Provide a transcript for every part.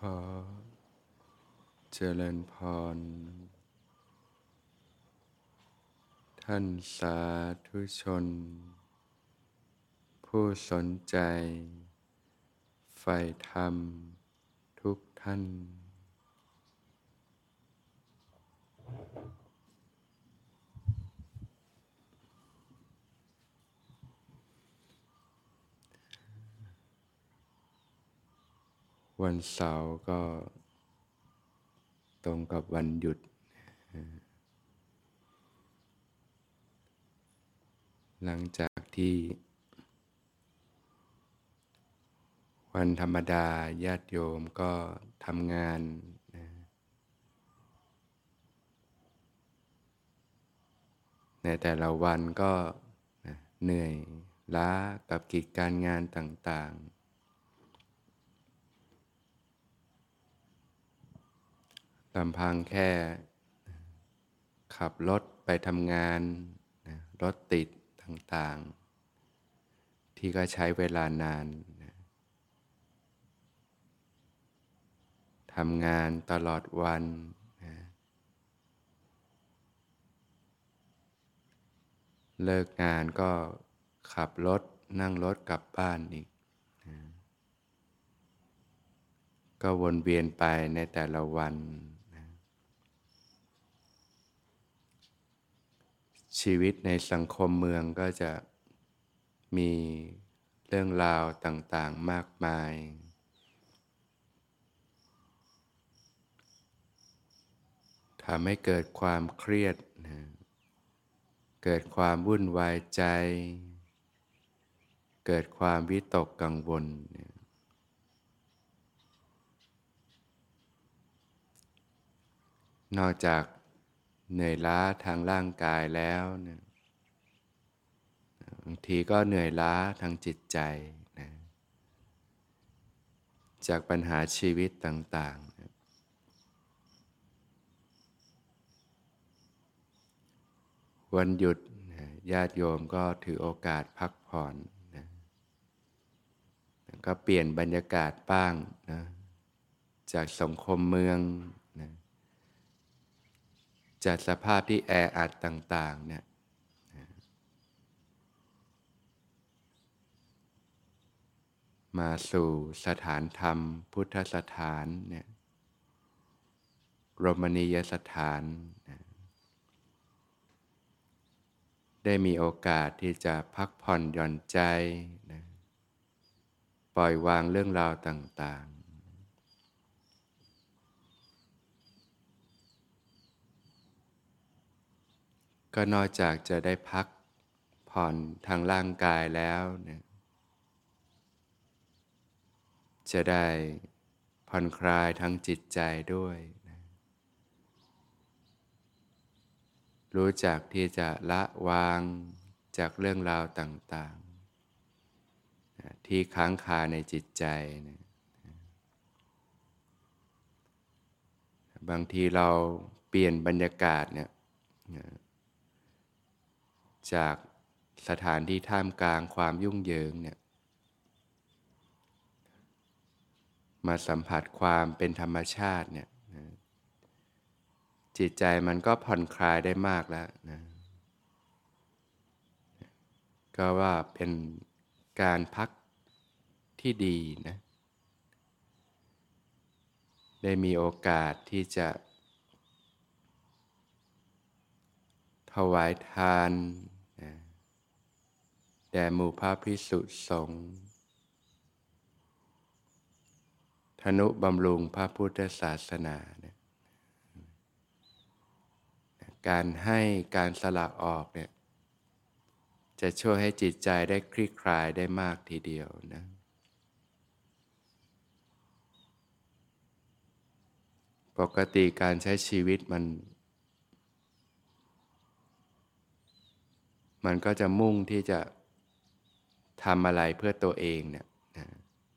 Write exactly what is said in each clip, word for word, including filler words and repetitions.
อเจริญพรท่านสาธุชนผู้สนใจใฝ่ธรรมทุกท่านวันเสาร์ก็ตรงกับวันหยุดหลังจากที่วันธรรมดาญาติโยมก็ทำงานในแต่ละวันก็เหนื่อยล้ากับกิจการงานต่างๆลำพังแค่ขับรถไปทำงานรถติดต่างๆที่ก็ใช้เวลานานทำงานตลอดวันเลิกงานก็ขับรถนั่งรถกลับบ้านอีกก็วนเวียนไปในแต่ละวันชีวิตในสังคมเมืองก็จะมีเรื่องราวต่างๆมากมายทำให้เกิดความเครียดเกิดความวุ่นวายใจเกิดความวิตกกังวลนอกจากเหนื่อยล้าทางร่างกายแล้วเนี่ยบางทีก็เหนื่อยล้าทางจิตใจนะจากปัญหาชีวิตต่างๆนะวันหยุดนะญาติโยมก็ถือโอกาสพักผ่อนนะก็เปลี่ยนบรรยากาศบ้างนะจากสังคมเมืองนะจากสภาพที่แออัดต่างๆเนี่ยมาสู่สถานธรรมพุทธสถานเนี่ยรมณียสถานนะได้มีโอกาสที่จะพักผ่อนหย่อนใจนะปล่อยวางเรื่องราวต่างๆก็นอกจากจะได้พักผ่อนทางร่างกายแล้วเนี่ยจะได้ผ่อนคลายทางจิตใจด้วยนะรู้จักที่จะละวางจากเรื่องราวต่างๆนะที่ค้างคาในจิตใจนะบางทีเราเปลี่ยนบรรยากาศเนี่ยนะจากสถานที่ท่ามกลางความยุ่งเหยิงเนี่ยมาสัมผัสความเป็นธรรมชาติเนี่ยนะจิตใจมันก็ผ่อนคลายได้มากแล้วนะก็ว่าเป็นการพักที่ดีนะได้มีโอกาสที่จะถวายทานนะแด่หมู่พระภิกษุสงฆ์ทนุบำรุงพระพุทธศาสนาเนี่ยการให้การสละออกเนี่ยจะช่วยให้จิตใจได้คลี่คลายได้มากทีเดียวนะปกติการใช้ชีวิตมันมันก็จะมุ่งที่จะทำอะไรเพื่อตัวเองเนี่ยนะ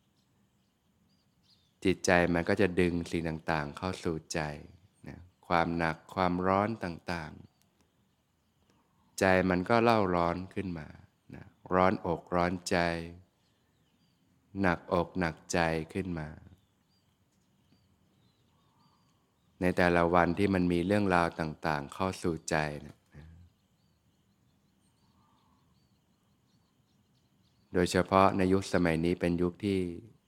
จิตใจมันก็จะดึงสิ่งต่างๆเข้าสู่ใจนะความหนักความร้อนต่างๆใจมันก็เล่าร้อนขึ้นมานะร้อนอกร้อนใจหนักอกหนักใจขึ้นมาในแต่ละวันที่มันมีเรื่องราวต่างๆเข้าสู่ใจนะโดยเฉพาะในยุคสมัยนี้เป็นยุคที่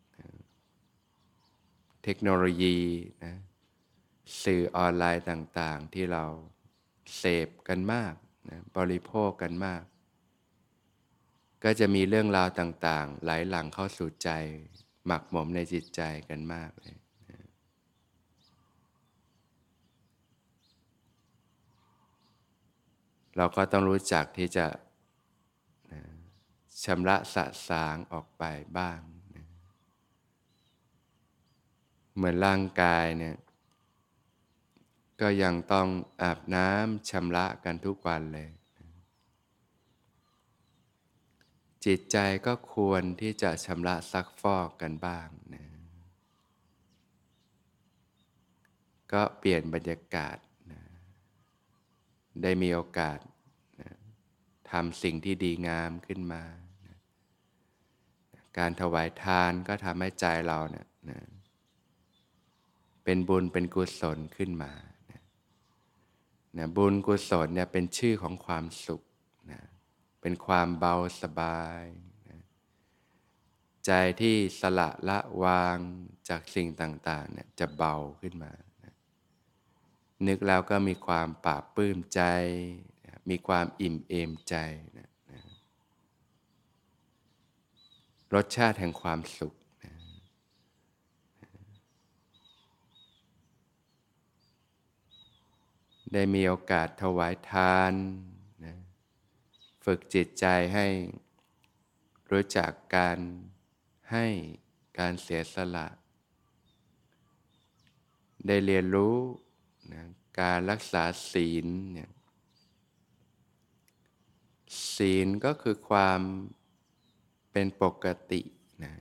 เทคโนโลยีนะสื่อออนไลน์ต่างๆที่เราเสพกันมากนะบริโภคกันมากก็จะมีเรื่องราวต่างๆไหลหลั่งเข้าสู่ใจหมักหมมในจิตใจกันมากเลยนะเราก็ต้องรู้จักที่จะนะชำระสะสางออกไปบ้างนะเหมือนร่างกายเนี่ยก็ยังต้องอาบน้ำชำระกันทุกวันเลยจิตใจก็ควรที่จะชำระซักฟอกกันบ้างนะก็เปลี่ยนบรรยากาศนะได้มีโอกาสนะทำสิ่งที่ดีงามขึ้นมานะการถวายทานก็ทำให้ใจเราเนี่ยนะเป็นบุญเป็นกุศลขึ้นมานะนะบุญกุศลเนี่ยเป็นชื่อของความสุขนะเป็นความเบาสบายนะใจที่สละละวางจากสิ่งต่างๆเนี่ยจะเบาขึ้นมานะนึกแล้วก็มีความปลาบปลื้มใจนะมีความอิ่มเอมใจนะนะรสชาติแห่งความสุขนะได้มีโอกาสถวายทานนะฝึกจิตใจให้รู้จักการให้การเสียสละได้เรียนรู้นะการรักษาศีลเนี่ยศีลก็คือความเป็นปกตินะ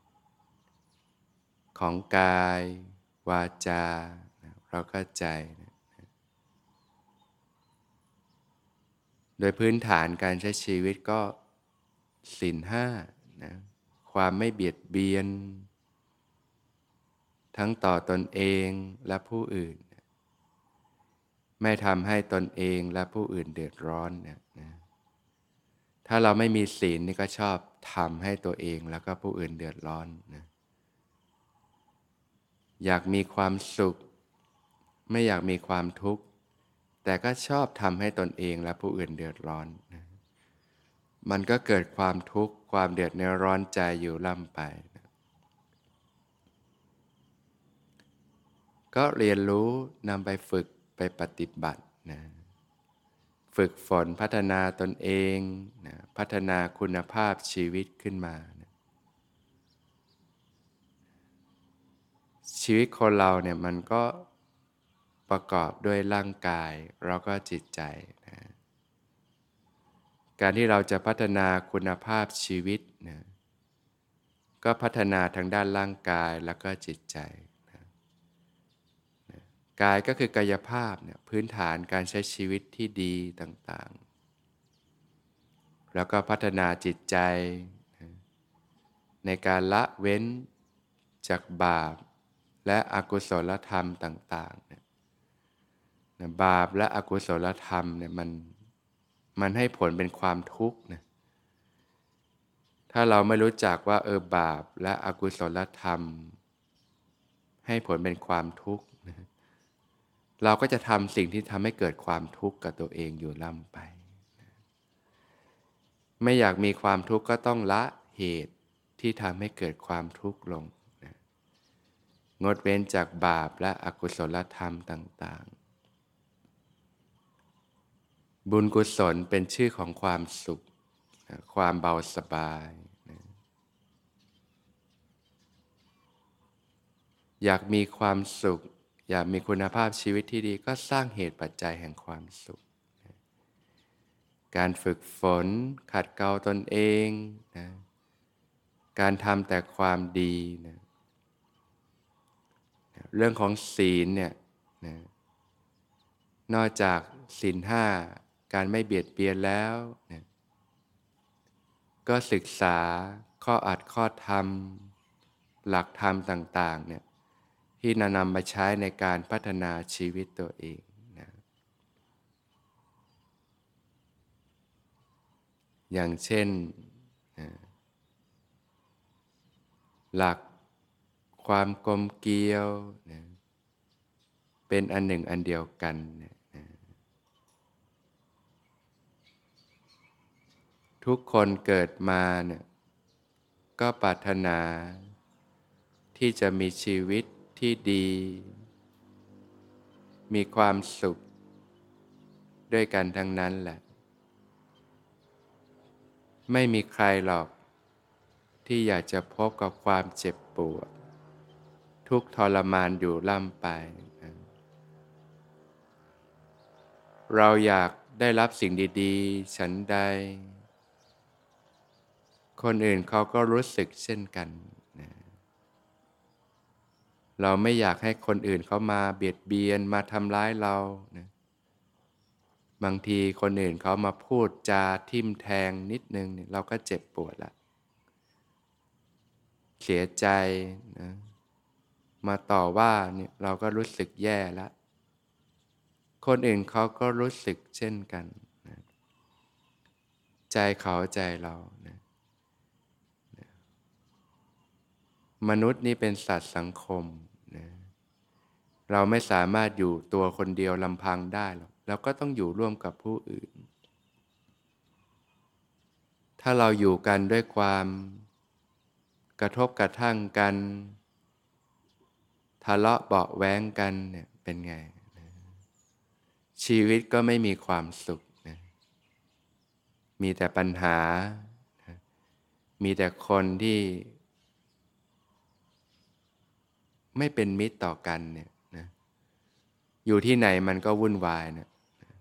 ของกายวาจานะเราเข้าใจนะโดยพื้นฐานการใช้ชีวิตก็ศีลห้านะความไม่เบียดเบียนทั้งต่อตนเองและผู้อื่นไม่ทำให้ตนเองและผู้อื่นเดือดร้อนเนี่ยนะถ้าเราไม่มีศีลนี่ก็ชอบทำให้ตัวเองแล้วก็ผู้อื่นเดือดร้อนนะอยากมีความสุขไม่อยากมีความทุกข์แต่ก็ชอบทำให้ตนเองและผู้อื่นเดือดร้อนนะมันก็เกิดความทุกข์ความเดือดร้อนใจอยู่ล่ำไปนะก็เรียนรู้นำไปฝึกไปปฏิบัตินะฝึกฝนพัฒนาตนเองนะพัฒนาคุณภาพชีวิตขึ้นมานะชีวิตคนเราเนี่ยมันก็ประกอบด้วยร่างกายแล้วก็จิตใจนะการที่เราจะพัฒนาคุณภาพชีวิตนะก็พัฒนาทางด้านร่างกายแล้วก็จิตใจนะนะกายก็คือกายภาพเนี่ยพื้นฐานการใช้ชีวิตที่ดีต่างๆแล้วก็พัฒนาจิตใจนะในการละเว้นจากบาปและอกุศลธรรมต่างๆนะนะบาปและอกุศลธรรมเนี่ยมันมันให้ผลเป็นความทุกข์นะถ้าเราไม่รู้จักว่าเออบาปและอกุศลธรรมให้ผลเป็นความทุกข์นะเราก็จะทำสิ่งที่ทำให้เกิดความทุกข์กับตัวเองอยู่ล่ำไปนะไม่อยากมีความทุกข์ก็ต้องละเหตุที่ทำให้เกิดความทุกข์ลงนะงดเว้นจากบาปและอกุศลธรรมต่างๆบุญกุศลเป็นชื่อของความสุขนะความเบาสบายนะอยากมีความสุขอยากมีคุณภาพชีวิตที่ดีก็สร้างเหตุปัจจัยแห่งความสุขนะการฝึกฝนขัดเกลาตนเองนะการทำแต่ความดีนะเรื่องของศีลเนี่ยนะนอกจากศีลห้าการไม่เบียดเบียนแล้วนะก็ศึกษาข้ออัดข้อธรรมหลักธรรมต่างๆเนี่ยที่นำมาใช้ในการพัฒนาชีวิตตัวเองนะอย่างเช่นหลักความกลมเกลียวนะเป็นอันหนึ่งอันเดียวกันนะทุกคนเกิดมาเนี่ยก็ปรารถนาที่จะมีชีวิตที่ดีมีความสุขด้วยกันทั้งนั้นแหละไม่มีใครหรอกที่อยากจะพบกับความเจ็บปวดทุกข์ทรมานอยู่ล่ำไปนะเราอยากได้รับสิ่งดีๆฉันใดคนอื่นเขาก็รู้สึกเช่นกันนะเราไม่อยากให้คนอื่นเขามาเบียดเบียนมาทำร้ายเรานะบางทีคนอื่นเขามาพูดจาทิ่มแทงนิดนึงเนี่ยเราก็เจ็บปวดละเสียใจนะมาต่อว่าเนี่ยเราก็รู้สึกแย่ละคนอื่นเขาก็รู้สึกเช่นกันนะใจเขาใจเรานะมนุษย์นี่เป็นสัตว์สังคมนะเราไม่สามารถอยู่ตัวคนเดียวลำพังได้หรอกเราก็ต้องอยู่ร่วมกับผู้อื่นถ้าเราอยู่กันด้วยความกระทบกระทั่งกันทะเลาะเบาะแว้งกันเนี่ยเป็นไงนะชีวิตก็ไม่มีความสุขนะมีแต่ปัญหานะมีแต่คนที่ไม่เป็นมิตรต่อกันเนี่ยนะอยู่ที่ไหนมันก็วุ่นวายนะ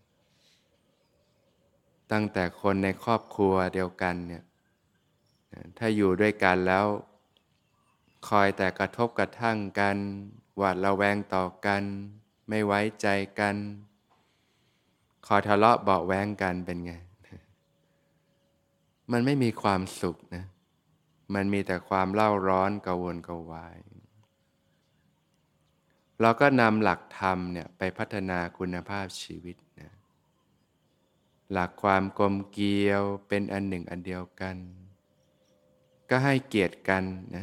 ตั้งแต่คนในครอบครัวเดียวกันเนี่ยนะถ้าอยู่ด้วยกันแล้วคอยแต่กระทบกระทั่งกันหวาดระแวงต่อกันไม่ไว้ใจกันคอยทะเลาะเบาะแว้งกันเป็นไงมันไม่มีความสุขนะมันมีแต่ความเล่าร้อนกระวนกระวายเราก็นำหลักธรรมเนี่ยไปพัฒนาคุณภาพชีวิตนะหลักความกลมเกลียวเป็นอันหนึ่งอันเดียวกันก็ให้เกียรติกันนะ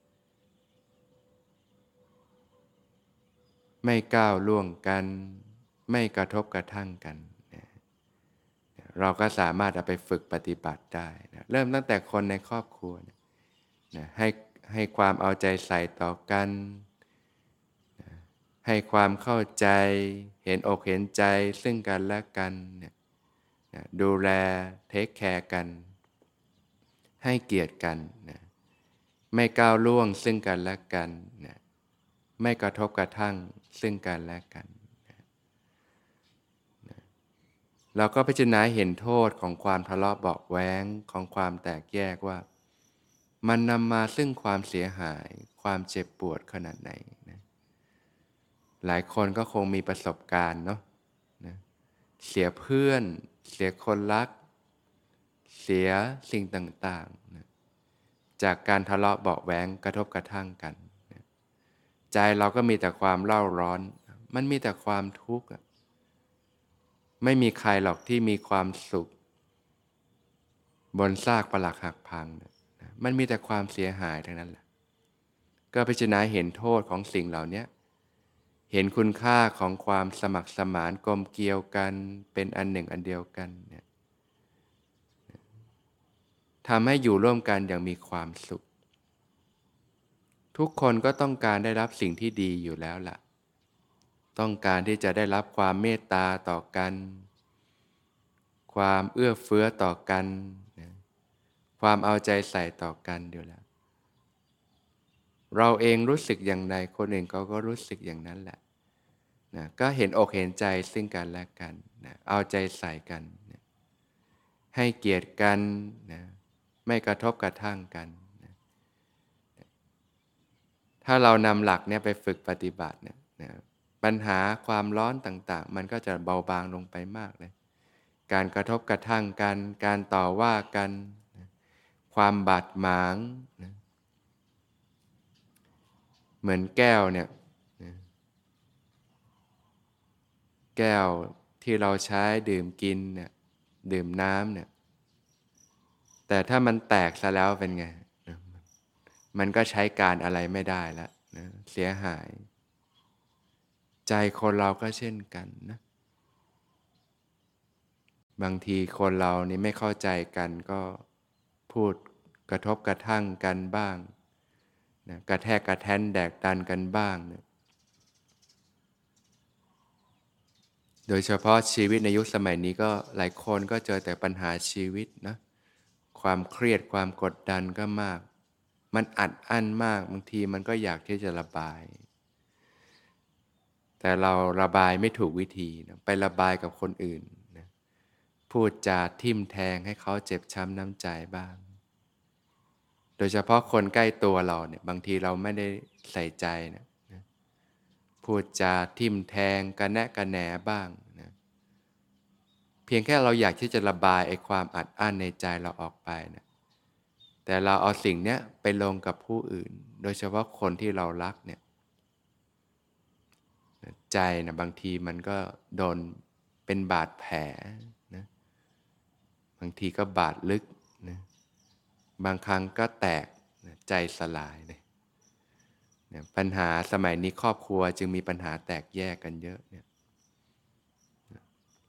ไม่ก้าวล่วงกันไม่กระทบกระทั่งกันนะเราก็สามารถเอาไปฝึกปฏิบัติได้นะเริ่มตั้งแต่คนในครอบครัวนะนะให้ให้ความเอาใจใส่ต่อกันนะให้ความเข้าใจเห็นอกเห็นใจซึ่งกันและกันนะนะดูแลเทคแคร์กันให้เกียรติกันนะไม่ก้าวล่วงซึ่งกันและกันนะไม่กระทบกระทั่งซึ่งกันและกันนะนะเราก็พิจารณาเห็นโทษของความทะเลาะเบาะแว้งของความแตกแยกว่ามันนำมาซึ่งความเสียหายความเจ็บปวดขนาดไหนนะหลายคนก็คงมีประสบการณ์เนาะนะเสียเพื่อนเสียคนรักเสียสิ่งต่างๆนะจากการทะเลาะเบาะแว้งกระทบกระทั่งกันนะใจเราก็มีแต่ความเล่าร้อนมันมีแต่ความทุกข์ไม่มีใครหรอกที่มีความสุขบนซากปรักหักพังนะมันมีแต่ความเสียหายทั้งนั้นแหละก็พิจารณาเห็นโทษของสิ่งเหล่านี้เห็นคุณค่าของความสมัครสมานกลมเกลียวกันเป็นอันหนึ่งอันเดียวกันเนี่ยทำให้อยู่ร่วมกันอย่างมีความสุขทุกคนก็ต้องการได้รับสิ่งที่ดีอยู่แล้วล่ะต้องการที่จะได้รับความเมตตาต่อกันความเอื้อเฟื้อต่อกันนะความเอาใจใส่ต่อกันอยู่แล้วเราเองรู้สึกอย่างไรคนอื่นเขาก็รู้สึกอย่างนั้นแหละนะก็เห็นอกเห็นใจซึ่งกันและกันนะเอาใจใส่กันนะให้เกียรติกันนะไม่กระทบกระทั่งกันนะถ้าเรานำหลักเนี่ยไปฝึกปฏิบัติเนี่ยนะปัญหาความร้อนต่างๆมันก็จะเบาบางลงไปมากเลยการกระทบกระทั่งกันการต่อว่ากันนะความบาดหมางนะเหมือนแก้วเนี่ยแก้วที่เราใช้ดื่มกินเนี่ยดื่มน้ำเนี่ยแต่ถ้ามันแตกซะแล้วเป็นไงนะมันก็ใช้การอะไรไม่ได้แล้วนะเสียหายใจคนเราก็เช่นกันนะบางทีคนเรานี่ไม่เข้าใจกันก็พูดกระทบกระทั่งกันบ้างนะกระแทกกระแทนแดกดันกันบ้างนะโดยเฉพาะชีวิตในยุคสมัยนี้ก็หลายคนก็เจอแต่ปัญหาชีวิตนะความเครียดความกดดันก็มากมันอัดอั้นมากบางทีมันก็อยากที่จะระบายแต่เราระบายไม่ถูกวิธีนะไประบายกับคนอื่นนะพูดจาทิ่มแทงให้เขาเจ็บช้ำน้ำใจบ้างโดยเฉพาะคนใกล้ตัวเราเนี่ยบางทีเราไม่ได้ใส่ใจนะนะพูดจาทิ่มแทงกระแนะกระแหนบ้างนะเพียงแค่เราอยากที่จะระบายไอ้ความอัดอั้นในใจเราออกไปนะแต่เราเอาสิ่งเนี้ยไปลงกับผู้อื่นโดยเฉพาะคนที่เรารักเนี่ยใจนะบางทีมันก็โดนเป็นบาดแผลนะบางทีก็บาดลึกนะบางครั้งก็แตกนะใจสลายเลยนะปัญหาสมัยนี้ครอบครัวจึงมีปัญหาแตกแยกกันเยอะเนี่ยนะ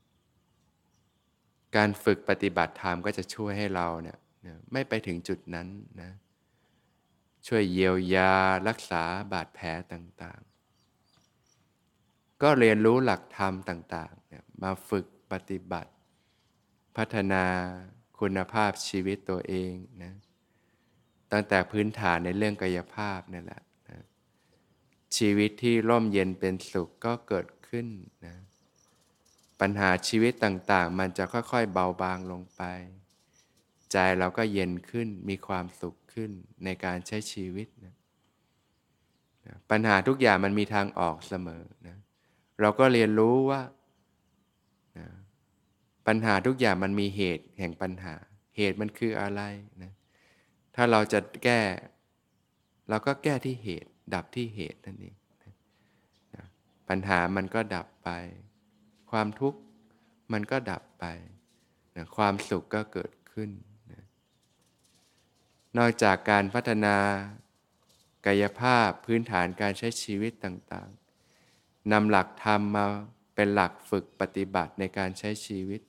การฝึกปฏิบัติธรรมก็จะช่วยให้เราเนี่ยนะไม่ไปถึงจุดนั้นนะช่วยเยียวยารักษาบาดแผลต่างๆก็เรียนรู้หลักธรรมต่างๆเนี่ยมาฝึกปฏิบัติพัฒนาคุณภาพชีวิตตัวเองนะตั้งแต่พื้นฐานในเรื่องกายภาพนี่แหละนะชีวิตที่ร่มเย็นเป็นสุขก็เกิดขึ้นนะปัญหาชีวิตต่างๆมันจะค่อยๆเบาบางลงไปใจเราก็เย็นขึ้นมีความสุขขึ้นในการใช้ชีวิตนะนะปัญหาทุกอย่างมันมีทางออกเสมอนะเราก็เรียนรู้ว่านะปัญหาทุกอย่างมันมีเหตุแห่งปัญหาเหตุมันคืออะไรนะถ้าเราจะแก้เราก็แก้ที่เหตุดับที่เหตุนั่นเองนะนะปัญหามันก็ดับไปความทุกข์มันก็ดับไปนะความสุขก็เกิดขึ้นนะนอกจากการพัฒนากายภาพพื้นฐานการใช้ชีวิตต่างๆนำหลักธรรมมาเป็นหลักฝึกปฏิบัติในการใช้ชีวิต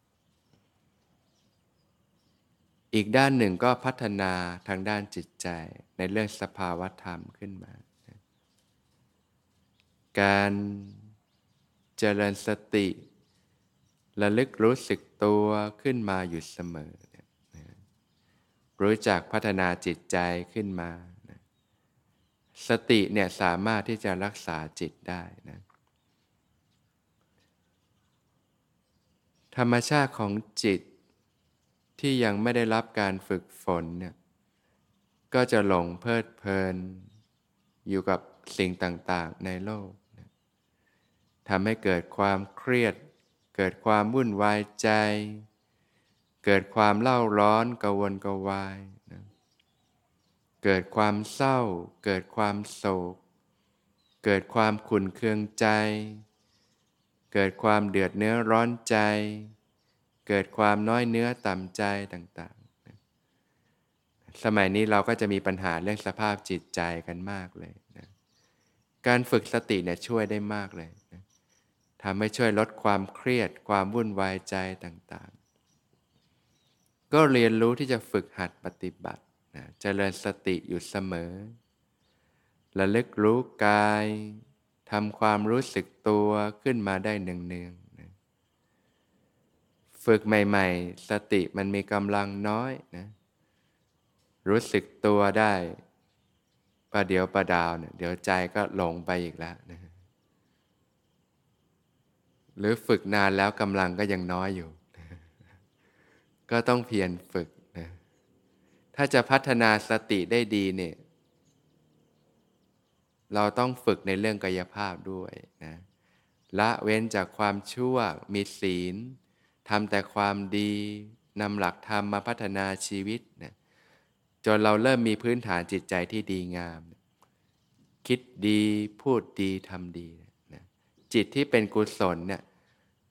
อีกด้านหนึ่งก็พัฒนาทางด้านจิตใจในเรื่องสภาวธรรมขึ้นมาการเจริญสติระลึกรู้สึกตัวขึ้นมาอยู่เสมอรู้จักพัฒนาจิตใจขึ้นมาสติเนี่ยสามารถที่จะรักษาจิตได้นะธรรมชาติของจิตที่ยังไม่ได้รับการฝึกฝนเนี่ยก็จะหลงเพลิดเพลินอยู่กับสิ่งต่างๆในโลกนะทำให้เกิดความเครียดเกิดความวุ่นวายใจเกิดความเล่าร้อนกระวนกระวายนะเกิดความเศร้าเกิดความโศกเกิดความขุ่นเคืองใจเกิดความเดือดเนื้อร้อนใจเกิดความน้อยเนื้อต่ำใจต่างๆสมัยนี้เราก็จะมีปัญหาเรื่องสภาพจิตใจกันมากเลยนะการฝึกสติเนี่ยช่วยได้มากเลยนะทำให้ช่วยลดความเครียดความวุ่นวายใจต่างๆก็เรียนรู้ที่จะฝึกหัดปฏิบัตินะเจริญสติอยู่เสมอระลึกรู้กายทำความรู้สึกตัวขึ้นมาได้เนืองๆนะฝึกใหม่ๆสติมันมีกำลังน้อยนะรู้สึกตัวได้ประเดี๋ยวประดาวเนี่ยเดี๋ยวใจก็หลงไปอีกแล้วนะหรือฝึกนานแล้วกำลังก็ยังน้อยอยู่นะก็ต้องเพียรฝึกนะถ้าจะพัฒนาสติได้ดีเนี่ยเราต้องฝึกในเรื่องกายภาพด้วยนะละเว้นจากความชั่วมีศีลทำแต่ความดีนำหลักธรรมมาพัฒนาชีวิตนะจนเราเริ่มมีพื้นฐานจิตใจที่ดีงามคิดดีพูดดีทำดีนะจิตที่เป็นกุศลเนี่ย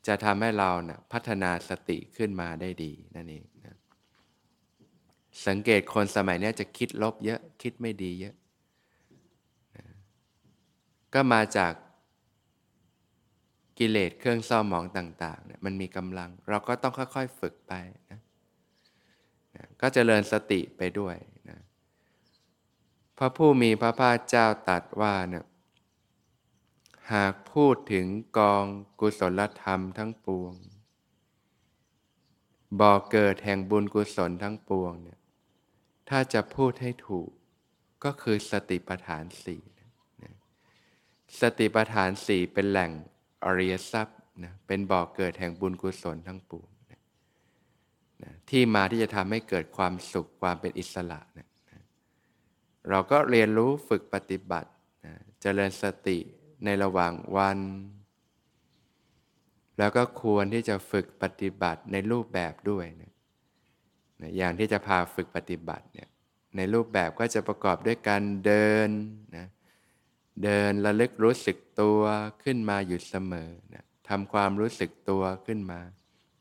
จะทำให้เราเนี่ยพัฒนาสติขึ้นมาได้ดีนั่นเองนะสังเกตคนสมัยนี้จะคิดลบเยอะคิดไม่ดีเยอะนะก็มาจากกิเลสเครื่องเศร้าหมองต่างๆเนี่ยมันมีกำลังเราก็ต้องค่อยๆฝึกไปนะนะก็เจริญสติไปด้วยนะพระผู้มีพระภาคเจ้าตรัสว่าเนี่ยหากพูดถึงกองกุศลธรรมทั้งปวงบ่อเกิดแห่งบุญกุศลทั้งปวงเนี่ยถ้าจะพูดให้ถูกก็คือสติปัฏฐานสี่นะสติปัฏฐานสี่เป็นแหล่งอริยทรัพย์นะเป็นบ่อเกิดแห่งบุญกุศลทั้งปวงนะนะที่มาที่จะทำให้เกิดความสุขความเป็นอิสระนะนะเราก็เรียนรู้ฝึกปฏิบัตินะเจริญสติในระหว่างวันแล้วก็ควรที่จะฝึกปฏิบัติในรูปแบบด้วยนะนะอย่างที่จะพาฝึกปฏิบัติเนี่ยในรูปแบบก็จะประกอบด้วยการเดินนะเดินระลึกรู้สึกตัวขึ้นมาอยู่เสมอนะทำความรู้สึกตัวขึ้นมา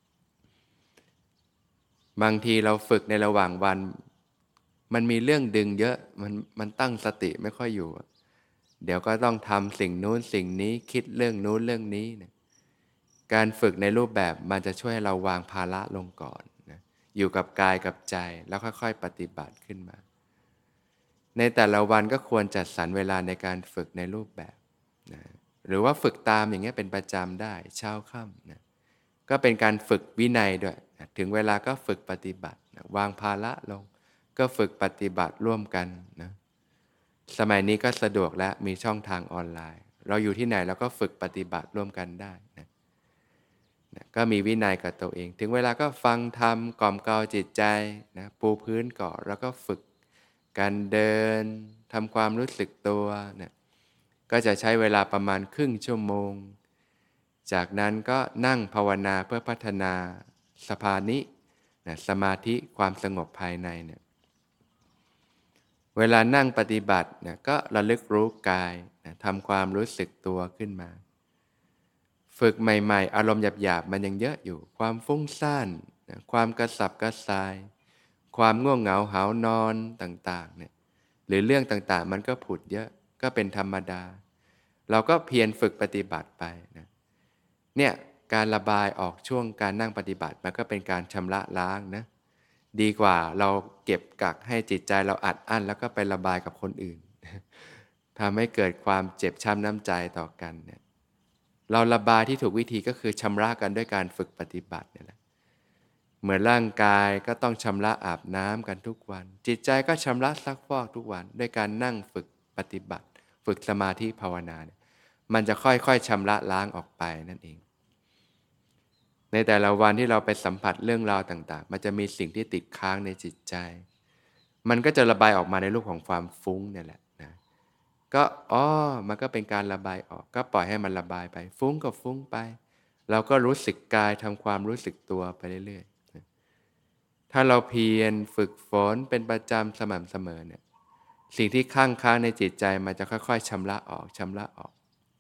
บางทีเราฝึกในระหว่างวันมันมีเรื่องดึงเยอะมันมันตั้งสติไม่ค่อยอยู่เดี๋ยวก็ต้องทำสิ่งนู้นสิ่งนี้คิดเรื่องนู้นเรื่องนี้นะการฝึกในรูปแบบมันจะช่วยให้เราวางภาระลงก่อนนะอยู่กับกายกับใจแล้วค่อยๆปฏิบัติขึ้นมาในแต่ละวันก็ควรจัดสรรเวลาในการฝึกในรูปแบบนะหรือว่าฝึกตามอย่างเงี้ยเป็นประจำได้เช้าค่ำนะก็เป็นการฝึกวินัยด้วยนะถึงเวลาก็ฝึกปฏิบัตินะวางภาระลงก็ฝึกปฏิบัติร่วมกันนะสมัยนี้ก็สะดวกและมีช่องทางออนไลน์เราอยู่ที่ไหนเราก็ฝึกปฏิบัติร่วมกันได้นะนะก็มีวินัยกับตัวเองถึงเวลาก็ฟังธรรมกล่อมเกลาจิตใจนะปูพื้นก่อนแล้วก็ฝึกการเดินทำความรู้สึกตัวนะก็จะใช้เวลาประมาณครึ่งชั่วโมงจากนั้นก็นั่งภาวนาเพื่อพัฒนาสภานินะสมาธิความสงบภายในเนี่ยเวลานั่งปฏิบัตินะก็ระลึกรู้กายนะทำความรู้สึกตัวขึ้นมาฝึกใหม่ๆอารมณ์หยาบๆมันยังเยอะอยู่ความฟุ้งซ่านนะความกระสับกระส่ายความง่วงเหงาหาวนอนต่างๆเนี่ยหรือเรื่องต่างๆมันก็ผุดเยอะก็เป็นธรรมดาเราก็เพียรฝึกปฏิบัติไปนะเนี่ยการระบายออกช่วงการนั่งปฏิบัติมันก็เป็นการชำระล้างนะดีกว่าเราเก็บกักให้จิตใจเราอัดอั้นแล้วก็ไประบายกับคนอื่นทำให้เกิดความเจ็บช้ำน้ำใจต่อกันเนี่ยเราระบายที่ถูกวิธีก็คือชำระกันด้วยการฝึกปฏิบัติเนี่ยแหละเหมือนร่างกายก็ต้องชำระอาบน้ำกันทุกวันจิตใจก็ชำระซักฟอกทุกวันด้วยการนั่งฝึกปฏิบัติฝึกสมาธิภาวนาเนี่ยมันจะค่อยๆชำระล้างออกไปนั่นเองในแต่ละวันที่เราไปสัมผัสเรื่องราวต่างๆมันจะมีสิ่งที่ติดค้างในจิตใจมันก็จะระบายออกมาในรูปของความฟุ้งเนี่ยแหละนะก็อ๋อมันก็เป็นการระบายออกก็ปล่อยให้มันระบายไปฟุ้งก็ฟุ้งไปเราก็รู้สึกกายทำความรู้สึกตัวไปเรื่อยๆนะถ้าเราเพียรฝึกฝนเป็นประจำสม่ำเสมอเนี่ยสิ่งที่ค้างค้างในจิตใจมันจะค่อยๆชำระออกชำระออก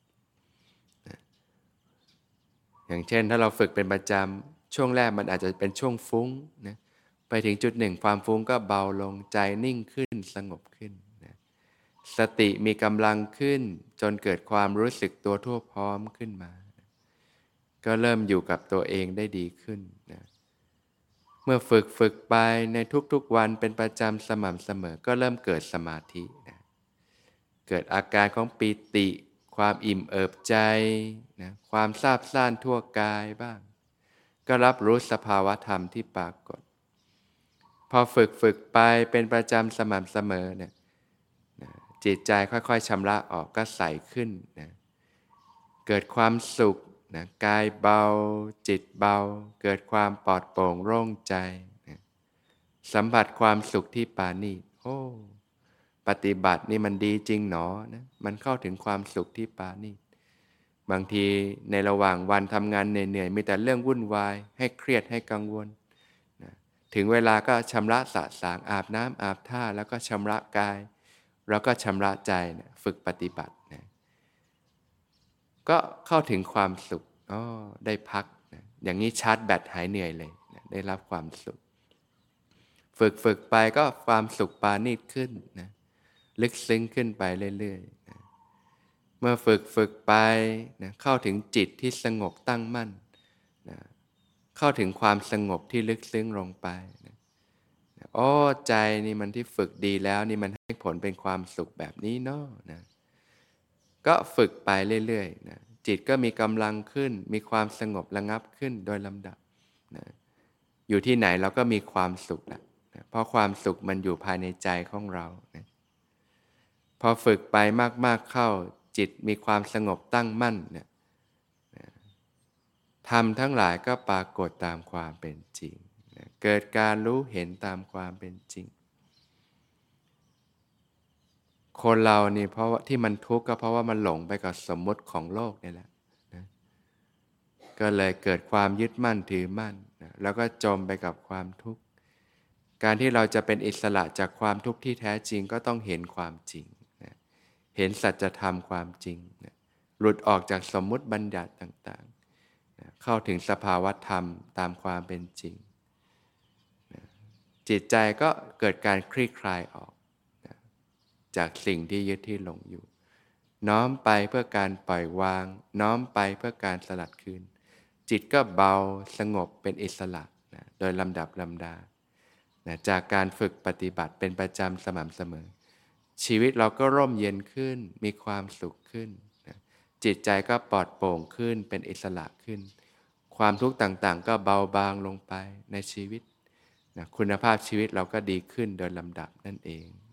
อย่างเช่นถ้าเราฝึกเป็นประจำช่วงแรกมันอาจจะเป็นช่วงฟุ้งนะไปถึงจุดหนึ่งความฟุ้งก็เบาลงใจนิ่งขึ้นสงบขึ้นนะสติมีกำลังขึ้นจนเกิดความรู้สึกตัวทั่วพร้อมขึ้นมาก็เริ่มอยู่กับตัวเองได้ดีขึ้นนะเมื่อฝึกฝึกไปในทุกๆวันเป็นประจำสม่ำเสมอก็เริ่มเกิดสมาธินะเกิดอาการของปีติความอิ่มเอิบใจนะความซาบซ่านทั่วกายบ้างก็รับรู้สภาวะธรรมที่ปรากฏพอฝึกฝึกไปเป็นประจำสม่ำเสมอเนี่ยนะจิตใจค่อยๆชำระออกก็ใสขึ้นนะเกิดความสุขนะกายเบาจิตเบาเกิดความปลอดโปร่งโล่งใจนะสัมผัสความสุขที่ปราณีตโอ้ปฏิบัตินี่มันดีจริงหนอนะมันเข้าถึงความสุขที่ปราณีตบางทีในระหว่างวันทำงานเหนื่อยๆมีแต่เรื่องวุ่นวายให้เครียดให้กังวลนะถึงเวลาก็ชำระสะสางอาบน้ำอาบท่าแล้วก็ชำระกายแล้วก็ชำระใจนะฝึกปฏิบัตินะก็เข้าถึงความสุขอ๋อได้พักอย่างนี้ชาร์จแบตหายเหนื่อยเลยนะได้รับความสุขฝึกฝึกไปก็ความสุขปาณีตขึ้นนะลึกซึ้งขึ้นไปเรื่อยๆนะเมื่อฝึกฝึกไปนะเข้าถึงจิตที่สงบตั้งมั่นนะเข้าถึงความสงบที่ลึกซึ้งลงไปนะโอ้ใจนี่มันที่ฝึกดีแล้วนี่มันให้ผลเป็นความสุขแบบนี้เนาะนะก็ฝึกไปเรื่อยๆนะจิตก็มีกำลังขึ้นมีความสงบระงับขึ้นโดยลำดับนะอยู่ที่ไหนเราก็มีความสุขแหละนะเพราะความสุขมันอยู่ภายในใจของเรานะพอฝึกไปมากๆเข้าจิตมีความสงบตั้งมั่นเนี่ยธรรมทั้งหลายก็ปรากฏตามความเป็นจริงนะเกิดการรู้เห็นตามความเป็นจริงคนเรานี่เพราะว่าที่มันทุกข์ก็เพราะว่ามันหลงไปกับสมมติของโลกนี่แหละนะก็เลยเกิดความยึดมั่นถือมั่นนะแล้วก็จมไปกับความทุกข์การที่เราจะเป็นอิสระจากความทุกข์ที่แท้จริงก็ต้องเห็นความจริงนะเห็นสัจธรรมความจริงนะหลุดออกจากสมมุติบัญญัติต่างๆนะเข้าถึงสภาวะธรรมตามความเป็นจริงนะจิตใจก็เกิดการคลี่คลายออกจากสิ่งที่ยึดที่หลงอยู่น้อมไปเพื่อการปล่อยวางน้อมไปเพื่อการสลัดคืนจิตก็เบาสงบเป็นอิสระนะโดยลำดับลำดานะจากการฝึกปฏิบัติเป็นประจำสม่ำเสมอชีวิตเราก็ร่มเย็นขึ้นมีความสุขขึ้นนะจิตใจก็ปลอดโปร่งขึ้นเป็นอิสระขึ้นความทุกข์ต่างๆก็เบาบางลงไปในชีวิตนะคุณภาพชีวิตเราก็ดีขึ้นโดยลำดับนั่นเอง